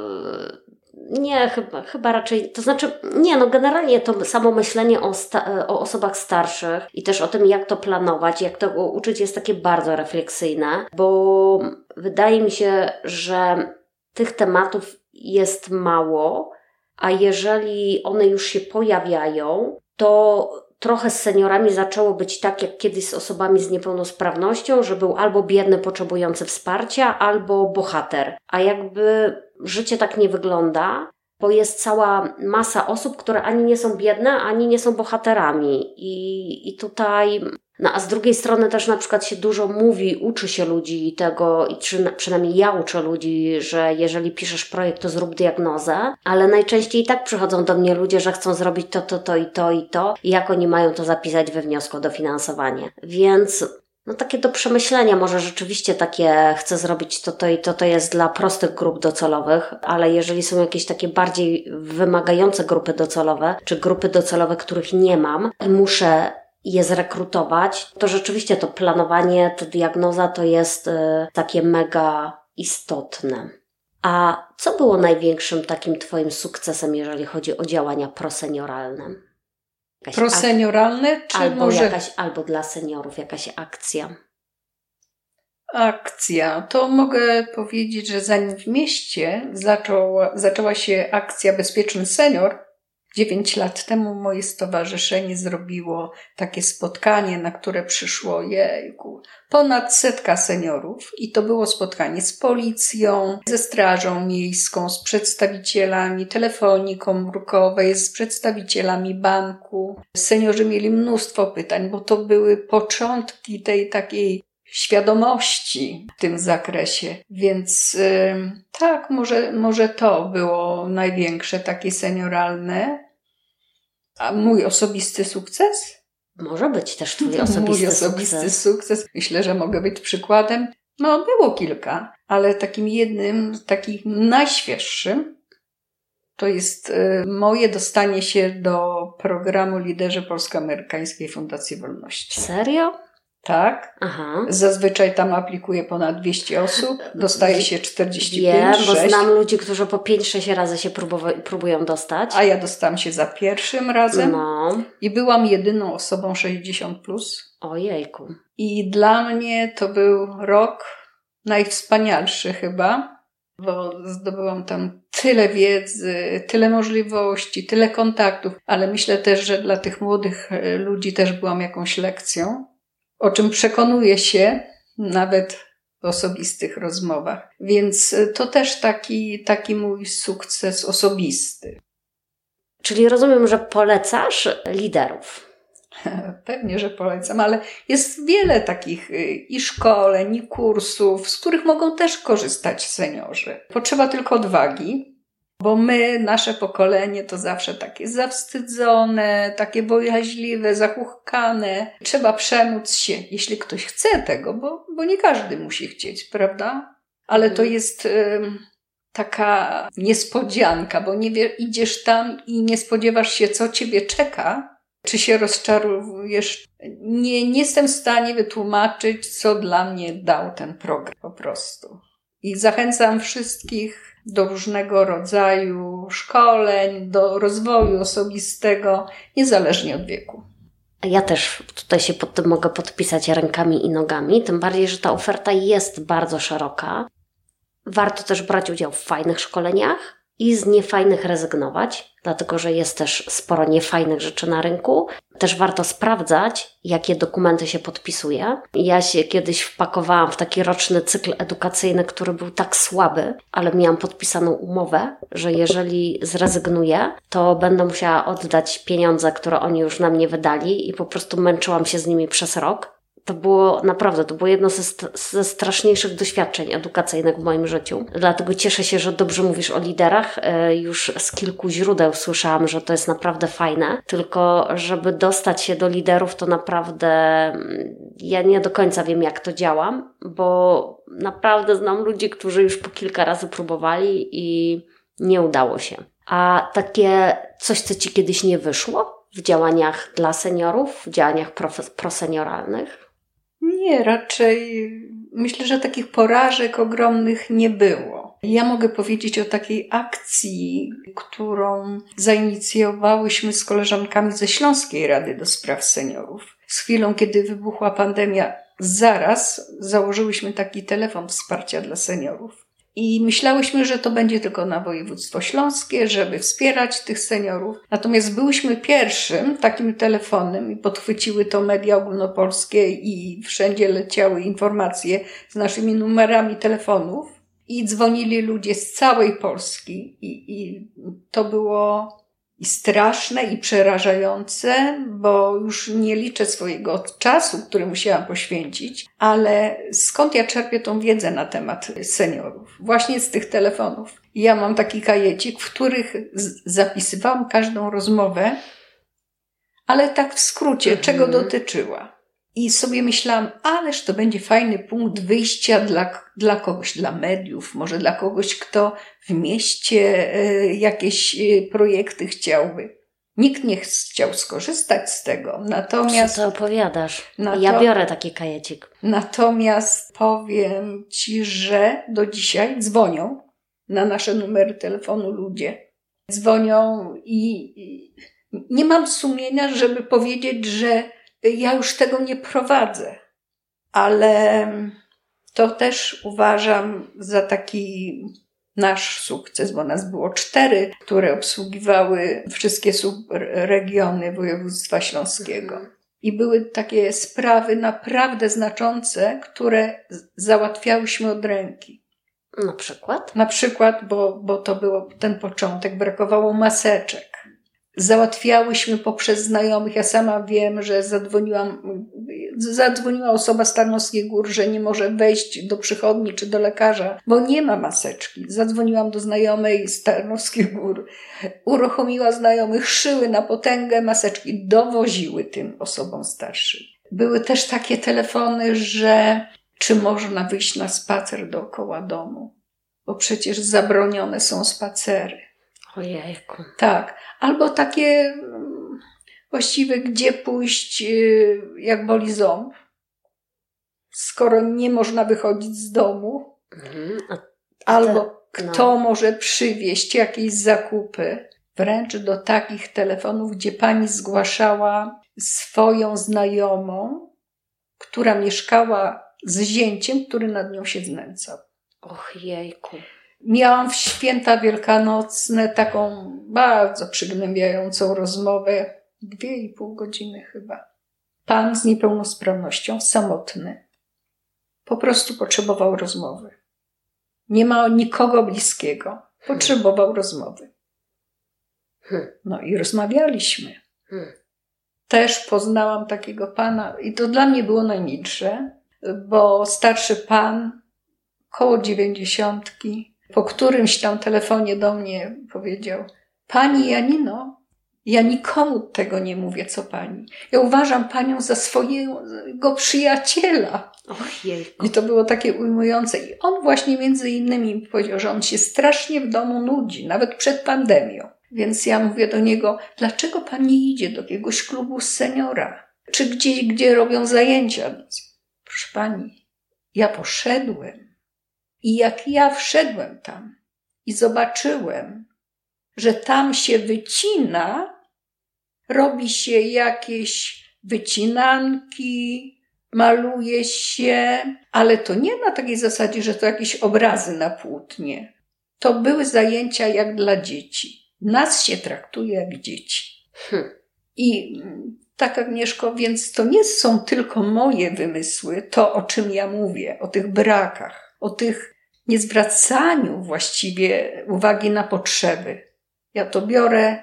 Nie, chyba raczej, to znaczy, generalnie to samo myślenie o osobach starszych i też o tym, jak to planować, jak to uczyć jest takie bardzo refleksyjne, bo wydaje mi się, że tych tematów jest mało, a jeżeli one już się pojawiają, to trochę z seniorami zaczęło być tak, jak kiedyś z osobami z niepełnosprawnością, że był albo biedny, potrzebujący wsparcia, albo bohater. A jakby życie tak nie wygląda, bo jest cała masa osób, które ani nie są biedne, ani nie są bohaterami. I tutaj... No a z drugiej strony też na przykład się dużo mówi, uczy się ludzi tego, i przynajmniej ja uczę ludzi, że jeżeli piszesz projekt, to zrób diagnozę, ale najczęściej i tak przychodzą do mnie ludzie, że chcą zrobić to i jak oni mają to zapisać we wniosku o dofinansowanie. Więc takie do przemyślenia, może rzeczywiście takie chcę zrobić to jest dla prostych grup docelowych, ale jeżeli są jakieś takie bardziej wymagające grupy docelowe, czy grupy docelowe, których nie mam i muszę je zrekrutować, to rzeczywiście to planowanie, ta diagnoza to jest takie mega istotne. A co było największym takim Twoim sukcesem, jeżeli chodzi o działania prosenioralne? Prosenioralne? Czy może... Albo dla seniorów jakaś akcja? Akcja. To mogę powiedzieć, że zanim w mieście zaczęła się akcja Bezpieczny Senior, 9 lat temu moje stowarzyszenie zrobiło takie spotkanie, na które przyszło ponad 100 seniorów i to było spotkanie z policją, ze strażą miejską, z przedstawicielami telefonii komórkowej, z przedstawicielami banku. Seniorzy mieli mnóstwo pytań, bo to były początki tej takiej świadomości w tym zakresie. Więc tak, może to było największe, takie senioralne. A mój osobisty sukces? Może być też Twój osobisty sukces. Myślę, że mogę być przykładem. Było kilka, ale takim jednym, takich najświeższym, to jest moje dostanie się do programu Liderzy Polsko-Amerykańskiej Fundacji Wolności. Serio? Tak. Aha. Zazwyczaj tam aplikuje ponad 200 osób, dostaje się 45, bo znam ludzi, którzy po 5-6 razy się próbują dostać. A ja dostałam się za pierwszym razem i byłam jedyną osobą 60+. Ojejku. I dla mnie to był rok najwspanialszy chyba, bo zdobyłam tam tyle wiedzy, tyle możliwości, tyle kontaktów, ale myślę też, że dla tych młodych ludzi też byłam jakąś lekcją, o czym przekonuję się nawet w osobistych rozmowach. Więc to też taki mój sukces osobisty. Czyli rozumiem, że polecasz liderów. Pewnie, że polecam, ale jest wiele takich i szkoleń, i kursów, z których mogą też korzystać seniorzy. Potrzeba tylko odwagi, bo nasze pokolenie to zawsze takie zawstydzone, takie bojaźliwe, zachuchkane. Trzeba przemóc się, jeśli ktoś chce tego, bo nie każdy musi chcieć, prawda? Ale to jest taka niespodzianka, bo idziesz tam i nie spodziewasz się, co ciebie czeka, czy się rozczarujesz. Nie jestem w stanie wytłumaczyć, co dla mnie dał ten program po prostu. I zachęcam wszystkich do różnego rodzaju szkoleń, do rozwoju osobistego, niezależnie od wieku. Ja też tutaj się pod tym mogę podpisać rękami i nogami, tym bardziej, że ta oferta jest bardzo szeroka. Warto też brać udział w fajnych szkoleniach i z niefajnych rezygnować, dlatego że jest też sporo niefajnych rzeczy na rynku. Też warto sprawdzać, jakie dokumenty się podpisuje. Ja się kiedyś wpakowałam w taki roczny cykl edukacyjny, który był tak słaby, ale miałam podpisaną umowę, że jeżeli zrezygnuję, to będę musiała oddać pieniądze, które oni już na mnie wydali i po prostu męczyłam się z nimi przez rok. To było jedno ze straszniejszych doświadczeń edukacyjnych w moim życiu. Dlatego cieszę się, że dobrze mówisz o liderach. Już z kilku źródeł słyszałam, że to jest naprawdę fajne. Tylko żeby dostać się do liderów, to naprawdę ja nie do końca wiem, jak to działa, bo naprawdę znam ludzi, którzy już po kilka razy próbowali i nie udało się. A takie coś, co Ci kiedyś nie wyszło w działaniach dla seniorów, w działaniach prosenioralnych? Nie, raczej myślę, że takich porażek ogromnych nie było. Ja mogę powiedzieć o takiej akcji, którą zainicjowałyśmy z koleżankami ze Śląskiej Rady do Spraw Seniorów. Z chwilą, kiedy wybuchła pandemia, zaraz założyłyśmy taki telefon wsparcia dla seniorów. I myślałyśmy, że to będzie tylko na województwo śląskie, żeby wspierać tych seniorów. Natomiast byłyśmy pierwszym takim telefonem i podchwyciły to media ogólnopolskie i wszędzie leciały informacje z naszymi numerami telefonów. I dzwonili ludzie z całej Polski. I to było i straszne, i przerażające, bo już nie liczę swojego czasu, który musiałam poświęcić, ale skąd ja czerpię tą wiedzę na temat seniorów? Właśnie z tych telefonów. Ja mam taki kajecik, w których zapisywałam każdą rozmowę, ale tak w skrócie, czego dotyczyła. I sobie myślałam, ależ to będzie fajny punkt wyjścia dla kogoś, dla mediów, może dla kogoś, kto w mieście jakieś projekty chciałby. Nikt nie chciał skorzystać z tego. Natomiast co ty opowiadasz? Ja biorę taki kajecik. Natomiast powiem Ci, że do dzisiaj dzwonią na nasze numery telefonu ludzie. Dzwonią i nie mam sumienia, żeby powiedzieć, że ja już tego nie prowadzę, ale to też uważam za taki nasz sukces, bo nas było 4, które obsługiwały wszystkie subregiony województwa śląskiego. I były takie sprawy naprawdę znaczące, które załatwiałyśmy od ręki. Na przykład? Na przykład, bo to był ten początek, brakowało maseczek. Załatwiałyśmy poprzez znajomych. Ja sama wiem, że zadzwoniła osoba z Tarnowskich Gór, że nie może wejść do przychodni czy do lekarza, bo nie ma maseczki. Zadzwoniłam do znajomej z Tarnowskich Gór. Uruchomiła znajomych, szyły na potęgę maseczki, dowoziły tym osobom starszym. Były też takie telefony, że czy można wyjść na spacer dookoła domu, bo przecież zabronione są spacery. Ojejku. Tak. Albo takie właściwie gdzie pójść, jak boli ząb, skoro nie można wychodzić z domu. Albo kto może przywieźć jakieś zakupy. Wręcz do takich telefonów, gdzie pani zgłaszała swoją znajomą, która mieszkała z zięciem, który nad nią się znęcał. Och jejku. Miałam w święta wielkanocne taką bardzo przygnębiającą rozmowę, 2,5 godziny chyba. Pan z niepełnosprawnością, samotny. Po prostu potrzebował rozmowy. Nie ma nikogo bliskiego. Potrzebował rozmowy. No i rozmawialiśmy. Też poznałam takiego pana i to dla mnie było najmilsze, bo starszy pan, koło 90, po którymś tam telefonie do mnie powiedział: Pani Janino, ja nikomu tego nie mówię, co pani. Ja uważam panią za swojego przyjaciela. Ojejku. I to było takie ujmujące. I on właśnie między innymi powiedział, że on się strasznie w domu nudzi, nawet przed pandemią. Więc ja mówię do niego: dlaczego pan nie idzie do jakiegoś klubu seniora? Czy gdzieś, gdzie robią zajęcia? Proszę pani, ja poszedłem. I jak ja wszedłem tam i zobaczyłem, że tam się wycina, robi się jakieś wycinanki, maluje się, ale to nie na takiej zasadzie, że to jakieś obrazy na płótnie. To były zajęcia jak dla dzieci. Nas się traktuje jak dzieci. I tak, Agnieszko, więc to nie są tylko moje wymysły, to o czym ja mówię, o tych brakach, o tych niezwracaniu właściwie uwagi na potrzeby. Ja to biorę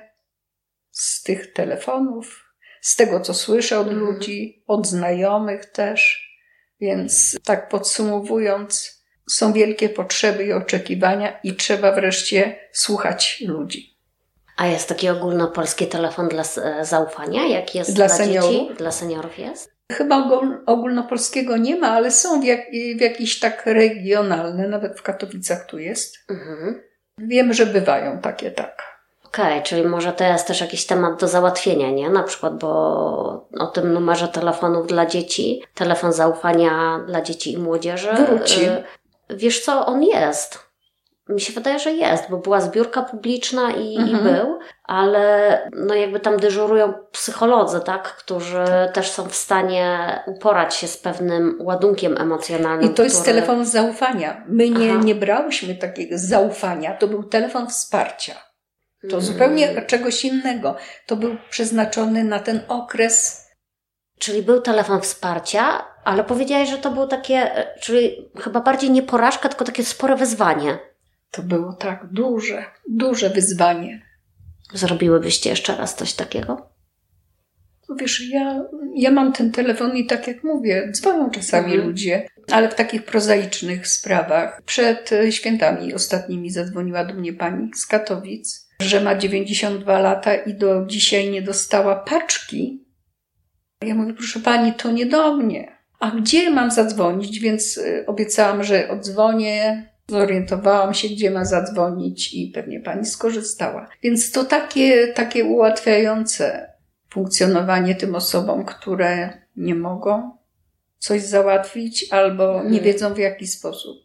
z tych telefonów, z tego, co słyszę od ludzi, od znajomych też. Więc tak podsumowując, są wielkie potrzeby i oczekiwania i trzeba wreszcie słuchać ludzi. A jest taki ogólnopolski telefon dla zaufania, jak jest Dla dla seniorów? dzieci? Dla seniorów jest? Chyba ogólnopolskiego nie ma, ale są w jakieś tak regionalne, nawet w Katowicach tu jest. Wiem, że bywają takie, tak. Okej, czyli może to jest też jakiś temat do załatwienia, nie? Na przykład, bo o tym numerze telefonów dla dzieci, telefon zaufania dla dzieci i młodzieży. Wróci. Wiesz co, on jest. Mi się wydaje, że jest, bo była zbiórka publiczna i był, ale no jakby tam dyżurują psycholodzy, tak, którzy też są w stanie uporać się z pewnym ładunkiem emocjonalnym. I to jest telefon zaufania. My nie brałyśmy takiego zaufania, to był telefon wsparcia. To zupełnie czegoś innego. To był przeznaczony na ten okres. Czyli był telefon wsparcia, ale powiedziałaś, że to było takie, czyli chyba bardziej nie porażka, tylko takie spore wyzwanie. To było tak duże wyzwanie. Zrobiłybyście jeszcze raz coś takiego? Wiesz, ja mam ten telefon i tak jak mówię, dzwonią czasami ludzie, ale w takich prozaicznych sprawach. Przed świętami ostatnimi zadzwoniła do mnie pani z Katowic, że ma 92 lata i do dzisiaj nie dostała paczki. Ja mówię: proszę pani, to nie do mnie. A gdzie mam zadzwonić? Więc obiecałam, że odzwonię. Zorientowałam się, gdzie ma zadzwonić i pewnie pani skorzystała. Więc to takie ułatwiające funkcjonowanie tym osobom, które nie mogą coś załatwić albo nie wiedzą, w jaki sposób.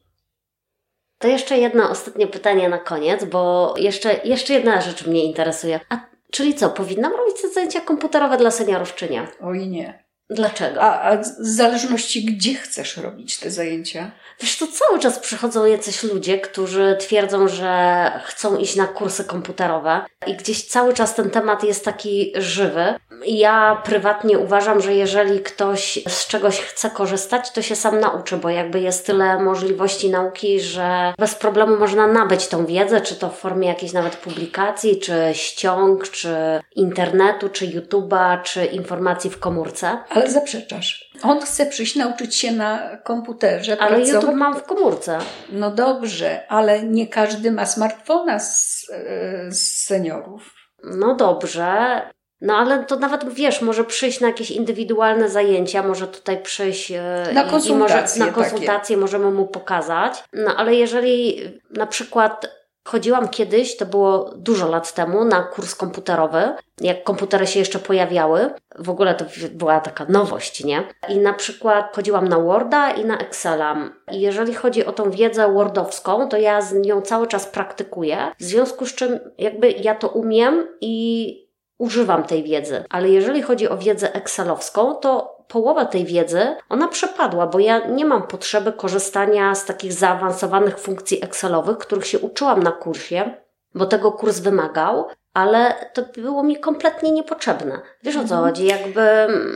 To jeszcze jedno ostatnie pytanie na koniec, bo jeszcze jedna rzecz mnie interesuje. Czyli co, powinnam robić te zajęcia komputerowe dla seniorów, czy nie? Oj nie. Dlaczego? A w zależności, gdzie chcesz robić te zajęcia? Wiesz, to cały czas przychodzą jacyś ludzie, którzy twierdzą, że chcą iść na kursy komputerowe i gdzieś cały czas ten temat jest taki żywy. Ja prywatnie uważam, że jeżeli ktoś z czegoś chce korzystać, to się sam nauczy, bo jakby jest tyle możliwości nauki, że bez problemu można nabyć tą wiedzę, czy to w formie jakiejś nawet publikacji, czy ściąg, czy internetu, czy YouTube'a, czy informacji w komórce. Ale zaprzeczasz. On chce przyjść nauczyć się na komputerze. Ale pracować. YouTube mam w komórce. No dobrze, ale nie każdy ma smartfona z seniorów. No dobrze. No ale to nawet, wiesz, może przyjść na jakieś indywidualne zajęcia, może tutaj przyjść na konsultacje, na konsultacje możemy mu pokazać. No ale jeżeli na przykład chodziłam kiedyś, to było dużo lat temu, na kurs komputerowy, jak komputery się jeszcze pojawiały. W ogóle to była taka nowość, nie? I na przykład chodziłam na Worda i na Excela. I jeżeli chodzi o tą wiedzę wordowską, to ja z nią cały czas praktykuję, w związku z czym jakby ja to umiem i używam tej wiedzy. Ale jeżeli chodzi o wiedzę excelowską, to połowa tej wiedzy, ona przepadła, bo ja nie mam potrzeby korzystania z takich zaawansowanych funkcji excelowych, których się uczyłam na kursie, bo tego kurs wymagał, ale to było mi kompletnie niepotrzebne. Wiesz o co chodzi? Jakby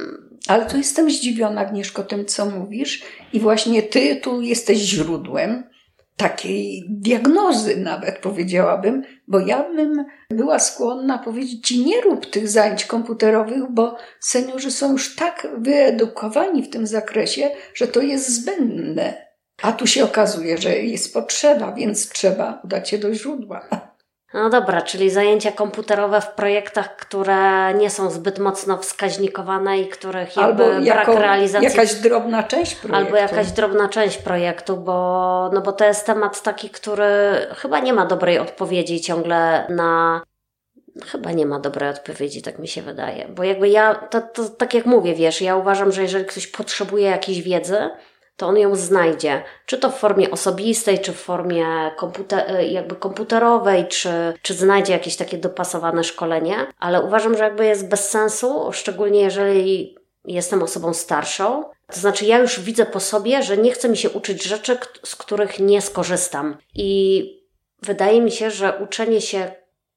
Ale tu jestem zdziwiona, Agnieszko, tym, co mówisz i właśnie ty tu jesteś źródłem takiej diagnozy nawet, powiedziałabym, bo ja bym była skłonna powiedzieć ci, nie rób tych zajęć komputerowych, bo seniorzy są już tak wyedukowani w tym zakresie, że to jest zbędne. A tu się okazuje, że jest potrzeba, więc trzeba udać się do źródła. No dobra, czyli zajęcia komputerowe w projektach, które nie są zbyt mocno wskaźnikowane i których jakby brak realizacji. Jakaś drobna część projektu. Albo jakaś drobna część projektu, bo to jest temat taki, który chyba nie ma dobrej odpowiedzi ciągle na... Chyba nie ma dobrej odpowiedzi, tak mi się wydaje. Bo jakby to tak jak mówię, wiesz, ja uważam, że jeżeli ktoś potrzebuje jakiejś wiedzy, to on ją znajdzie. Czy to w formie osobistej, czy w formie komputerowej, czy znajdzie jakieś takie dopasowane szkolenie. Ale uważam, że jakby jest bez sensu, szczególnie jeżeli jestem osobą starszą. To znaczy ja już widzę po sobie, że nie chce mi się uczyć rzeczy, z których nie skorzystam. I wydaje mi się, że uczenie się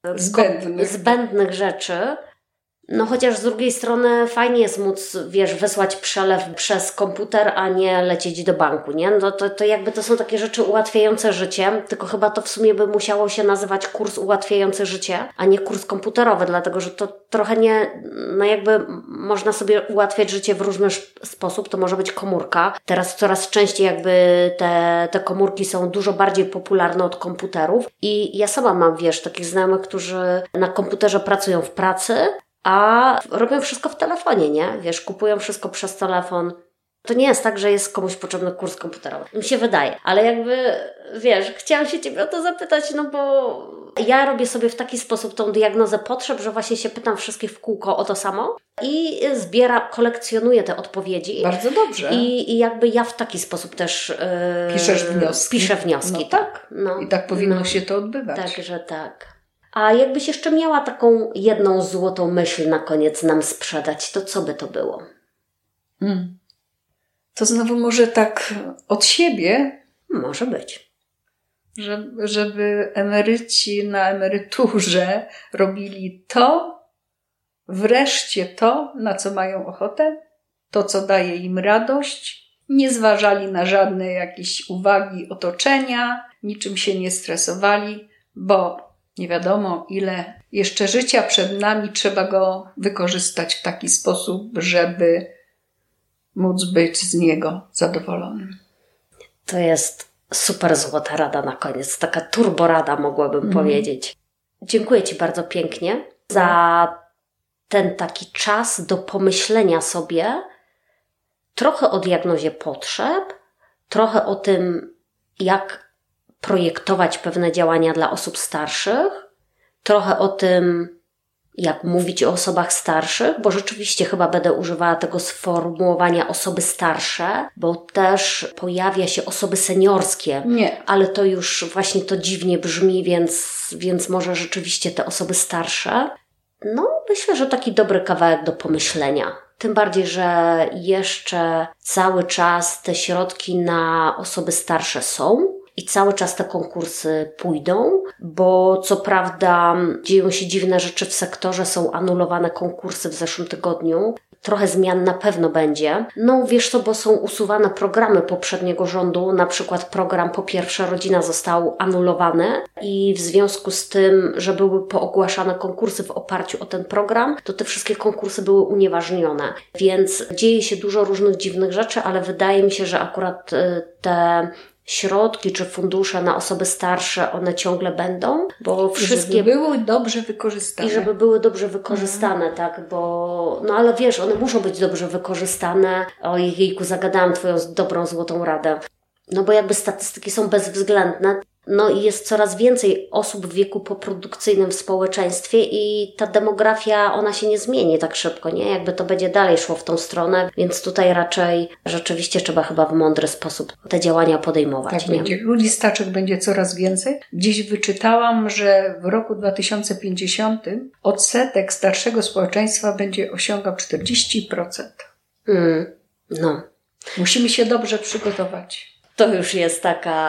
zbędnych rzeczy, no chociaż z drugiej strony fajnie jest móc, wiesz, wysłać przelew przez komputer, a nie lecieć do banku, nie? No to jakby to są takie rzeczy ułatwiające życie, tylko chyba to w sumie by musiało się nazywać kurs ułatwiający życie, a nie kurs komputerowy, dlatego że to trochę nie, no jakby można sobie ułatwiać życie w różny sposób, to może być komórka. Teraz coraz częściej jakby te komórki są dużo bardziej popularne od komputerów i ja sama mam, wiesz, takich znajomych, którzy na komputerze pracują w pracy, a robią wszystko w telefonie, nie? Wiesz, kupują wszystko przez telefon. To nie jest tak, że jest komuś potrzebny kurs komputerowy. Mi się wydaje. Ale jakby, wiesz, chciałam się Ciebie o to zapytać, no bo ja robię sobie w taki sposób tą diagnozę potrzeb, że właśnie się pytam wszystkich w kółko o to samo i kolekcjonuję te odpowiedzi. Bardzo dobrze. I jakby ja w taki sposób też piszesz wnioski. Piszę wnioski, no tak. No. I tak powinno się to odbywać. Także tak. A jakbyś jeszcze miała taką jedną złotą myśl na koniec nam sprzedać, to co by to było? To znowu może tak od siebie. Może być. Żeby emeryci na emeryturze robili to, wreszcie to, na co mają ochotę, to, co daje im radość, nie zważali na żadne jakieś uwagi otoczenia, niczym się nie stresowali, bo nie wiadomo, ile jeszcze życia przed nami, trzeba go wykorzystać w taki sposób, żeby móc być z niego zadowolonym. To jest super złota rada na koniec, taka turborada mogłabym powiedzieć. Dziękuję Ci bardzo pięknie za ten taki czas do pomyślenia sobie trochę o diagnozie potrzeb, trochę o tym, jak projektować pewne działania dla osób starszych, trochę o tym, jak mówić o osobach starszych, bo rzeczywiście chyba będę używała tego sformułowania osoby starsze, bo też pojawia się osoby seniorskie, ale to już właśnie to dziwnie brzmi, więc może rzeczywiście te osoby starsze. No, myślę, że taki dobry kawałek do pomyślenia. Tym bardziej, że jeszcze cały czas te środki na osoby starsze są. I cały czas te konkursy pójdą, bo co prawda dzieją się dziwne rzeczy w sektorze, są anulowane konkursy w zeszłym tygodniu. Trochę zmian na pewno będzie. No wiesz co, bo są usuwane programy poprzedniego rządu, na przykład program Po Pierwsze Rodzina został anulowany i w związku z tym, że były poogłaszane konkursy w oparciu o ten program, to te wszystkie konkursy były unieważnione. Więc dzieje się dużo różnych dziwnych rzeczy, ale wydaje mi się, że akurat te środki czy fundusze na osoby starsze, one ciągle będą, bo wszystkie... Żeby były dobrze wykorzystane. I żeby były dobrze wykorzystane, tak, bo... No ale wiesz, one muszą być dobrze wykorzystane. Ojejku, zagadałam Twoją dobrą, złotą radę. No bo jakby statystyki są bezwzględne, no i jest coraz więcej osób w wieku poprodukcyjnym w społeczeństwie i ta demografia, ona się nie zmieni tak szybko, nie? Jakby to będzie dalej szło w tą stronę, więc tutaj raczej rzeczywiście trzeba chyba w mądry sposób te działania podejmować. Tak, będzie. Ludzi staczek będzie coraz więcej. Gdzieś wyczytałam, że w roku 2050 odsetek starszego społeczeństwa będzie osiągał 40%. No. Musimy się dobrze przygotować. To już jest taka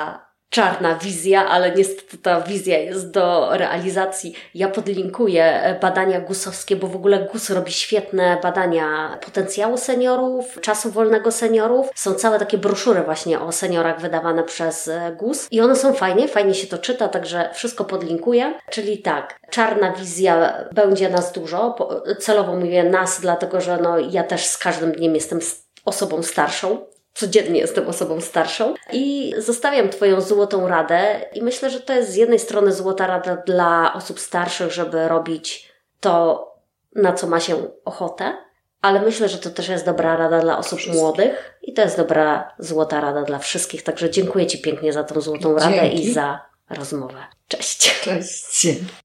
czarna wizja, ale niestety ta wizja jest do realizacji. Ja podlinkuję badania GUS-owskie, bo w ogóle GUS robi świetne badania potencjału seniorów, czasu wolnego seniorów. Są całe takie broszury właśnie o seniorach wydawane przez GUS i one są fajnie się to czyta, także wszystko podlinkuję. Czyli tak, czarna wizja, będzie nas dużo. Celowo mówię nas, dlatego że ja też z każdym dniem jestem osobą starszą. Codziennie jestem osobą starszą i zostawiam Twoją złotą radę i myślę, że to jest z jednej strony złota rada dla osób starszych, żeby robić to, na co ma się ochotę, ale myślę, że to też jest dobra rada dla osób młodych i to jest dobra złota rada dla wszystkich, także dziękuję Ci pięknie za tą złotą radę i za rozmowę. Cześć. Cześć.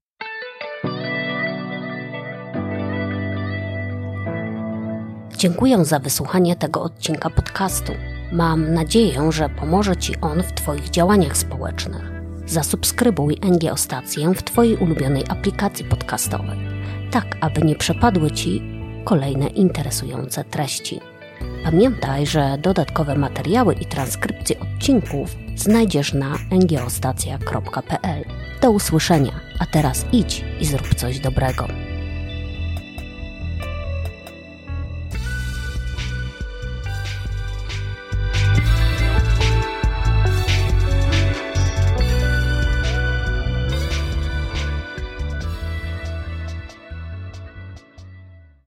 Dziękuję za wysłuchanie tego odcinka podcastu. Mam nadzieję, że pomoże Ci on w Twoich działaniach społecznych. Zasubskrybuj NGO Stację w Twojej ulubionej aplikacji podcastowej, tak aby nie przepadły Ci kolejne interesujące treści. Pamiętaj, że dodatkowe materiały i transkrypcje odcinków znajdziesz na ngostacja.pl. Do usłyszenia, a teraz idź i zrób coś dobrego.